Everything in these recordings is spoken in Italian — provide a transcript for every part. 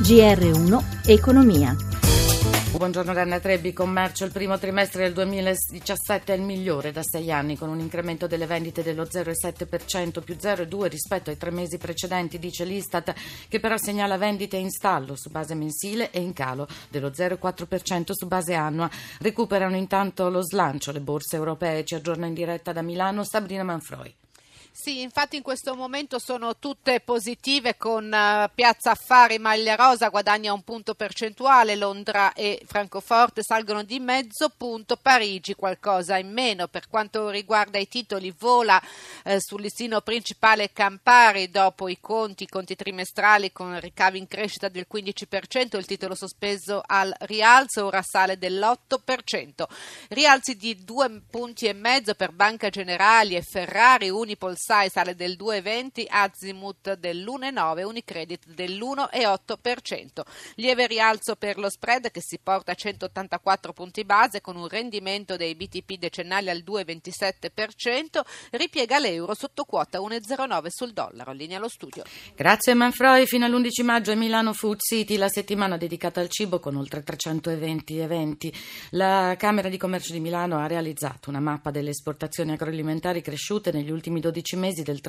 GR1 Economia. Buongiorno da Anna Trebbi. Commercio. Il primo trimestre del 2017 è il migliore da 6 anni, con un incremento delle vendite dello 0,7%, più 0,2% rispetto ai 3 mesi precedenti, dice l'Istat, che però segnala vendite in stallo su base mensile e in calo dello 0,4% su base annua. Recuperano intanto lo slancio le borse europee. Ci aggiorna in diretta da Milano Sabrina Manfroi. Sì, infatti in questo momento sono tutte positive, con Piazza Affari Maglia Rosa guadagna 1 punto percentuale, Londra e Francoforte salgono di mezzo punto, Parigi qualcosa in meno. Per quanto riguarda i titoli, vola sul listino principale Campari dopo i conti trimestrali con ricavi in crescita del 15%, il titolo sospeso al rialzo ora sale dell'8%. Rialzi di 2,5 punti per Banca Generali e Ferrari, Unipol sale del 2,20%, Azimut dell'1,9%, Unicredit dell'1,8%. Lieve rialzo per lo spread che si porta a 184 punti base con un rendimento dei BTP decennali al 2,27%, ripiega l'euro sotto quota 1,09 sul dollaro. Linea allo studio. Grazie Manfroi. Fino all'11 maggio è Milano Food City, la settimana dedicata al cibo con oltre 300 eventi. La Camera di Commercio di Milano ha realizzato una mappa delle esportazioni agroalimentari cresciute negli ultimi 12 mesi del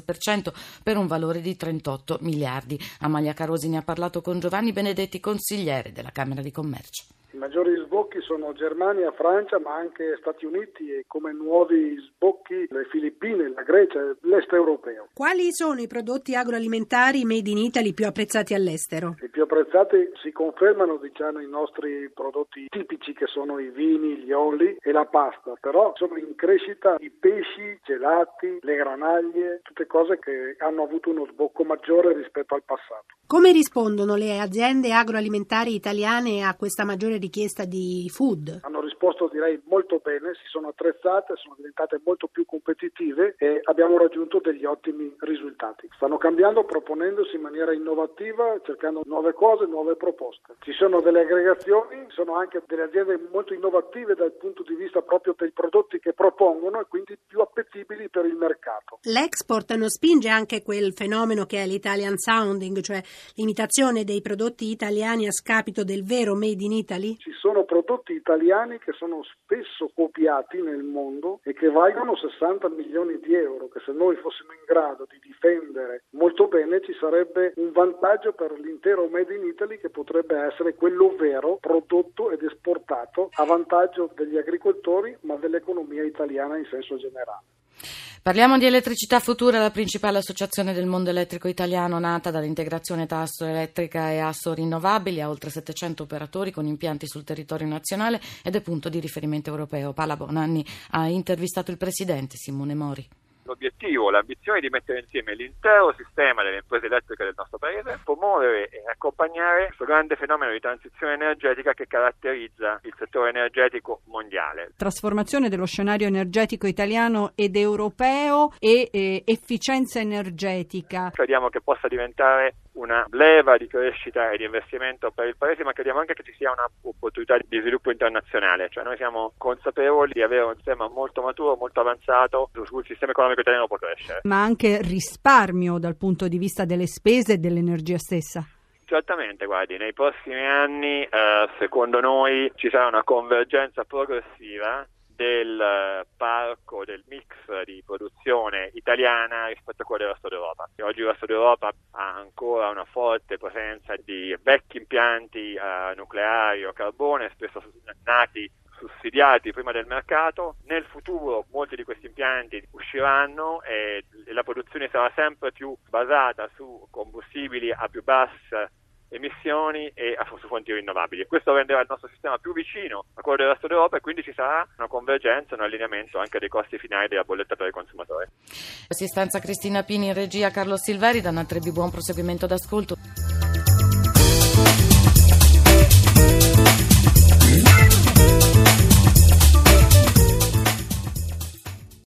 3,5% per un valore di 38 miliardi. Amalia Carosi ne ha parlato con Giovanni Benedetti, consigliere della Camera di Commercio. I maggiori sbocchi sono Germania, Francia, ma anche Stati Uniti, e come nuovi sbocchi le Filippine, la Grecia, l'est europeo. Quali sono i prodotti agroalimentari made in Italy più apprezzati all'estero? I più apprezzati si confermano, i nostri prodotti tipici, che sono i vini, gli oli e la pasta, però sono in crescita i pesci, gelati, le granaglie, tutte cose che hanno avuto uno sbocco maggiore rispetto al passato. Come rispondono le aziende agroalimentari italiane a questa maggiore richiesta di food? Hanno risposto, direi, molto bene, si sono attrezzate, sono diventate molto più competitive e abbiamo raggiunto degli ottimi risultati. Stanno cambiando, proponendosi in maniera innovativa, cercando nuove cose, nuove proposte. Ci sono delle aggregazioni, sono anche delle aziende molto innovative dal punto di vista proprio dei prodotti che propongono e quindi più appetibili per il mercato. L'export non spinge anche quel fenomeno che è l'Italian sounding, cioè l'imitazione dei prodotti italiani a scapito del vero made in Italy? Ci sono prodotti italiani che sono spesso copiati nel mondo e che valgono 60 milioni di euro, che se noi fossimo in grado di difendere molto bene ci sarebbe un vantaggio per l'intero Made in Italy, che potrebbe essere quello vero, prodotto ed esportato a vantaggio degli agricoltori ma dell'economia italiana in senso generale. Parliamo di Elettricità Futura, la principale associazione del mondo elettrico italiano, nata dall'integrazione tra Asso Elettrica e Asso Rinnovabili, ha oltre 700 operatori con impianti sul territorio nazionale ed è punto di riferimento europeo. Paola Bonanni ha intervistato il presidente Simone Mori. L'obiettivo, l'ambizione di mettere insieme l'intero sistema delle imprese elettriche del nostro paese, promuovere e accompagnare questo grande fenomeno di transizione energetica che caratterizza il settore energetico mondiale. Trasformazione dello scenario energetico italiano ed europeo e efficienza energetica. Crediamo che possa diventare una leva di crescita e di investimento per il paese, ma crediamo anche che ci sia un'opportunità di sviluppo internazionale. Cioè noi siamo consapevoli di avere un sistema molto maturo, molto avanzato, su cui il sistema economico italiano può crescere. Ma anche risparmio dal punto di vista delle spese e dell'energia stessa. Certamente, guardi, nei prossimi anni secondo noi ci sarà una convergenza progressiva del parco, del mix di produzione italiana rispetto a quello del resto d'Europa. Oggi il resto d'Europa ha ancora una forte presenza di vecchi impianti nucleari o carbone, spesso nati sussidiati prima del mercato. Nel futuro molti di questi impianti usciranno e la produzione sarà sempre più basata su combustibili a più bassa emissioni e su fonti rinnovabili. Questo renderà il nostro sistema più vicino a quello del resto d'Europa e quindi ci sarà una convergenza, un allineamento anche dei costi finali della bolletta per il consumatore. Assistenza Cristina Pini, in regia Carlo Silveri, da Anna Trebbi, buon proseguimento d'ascolto.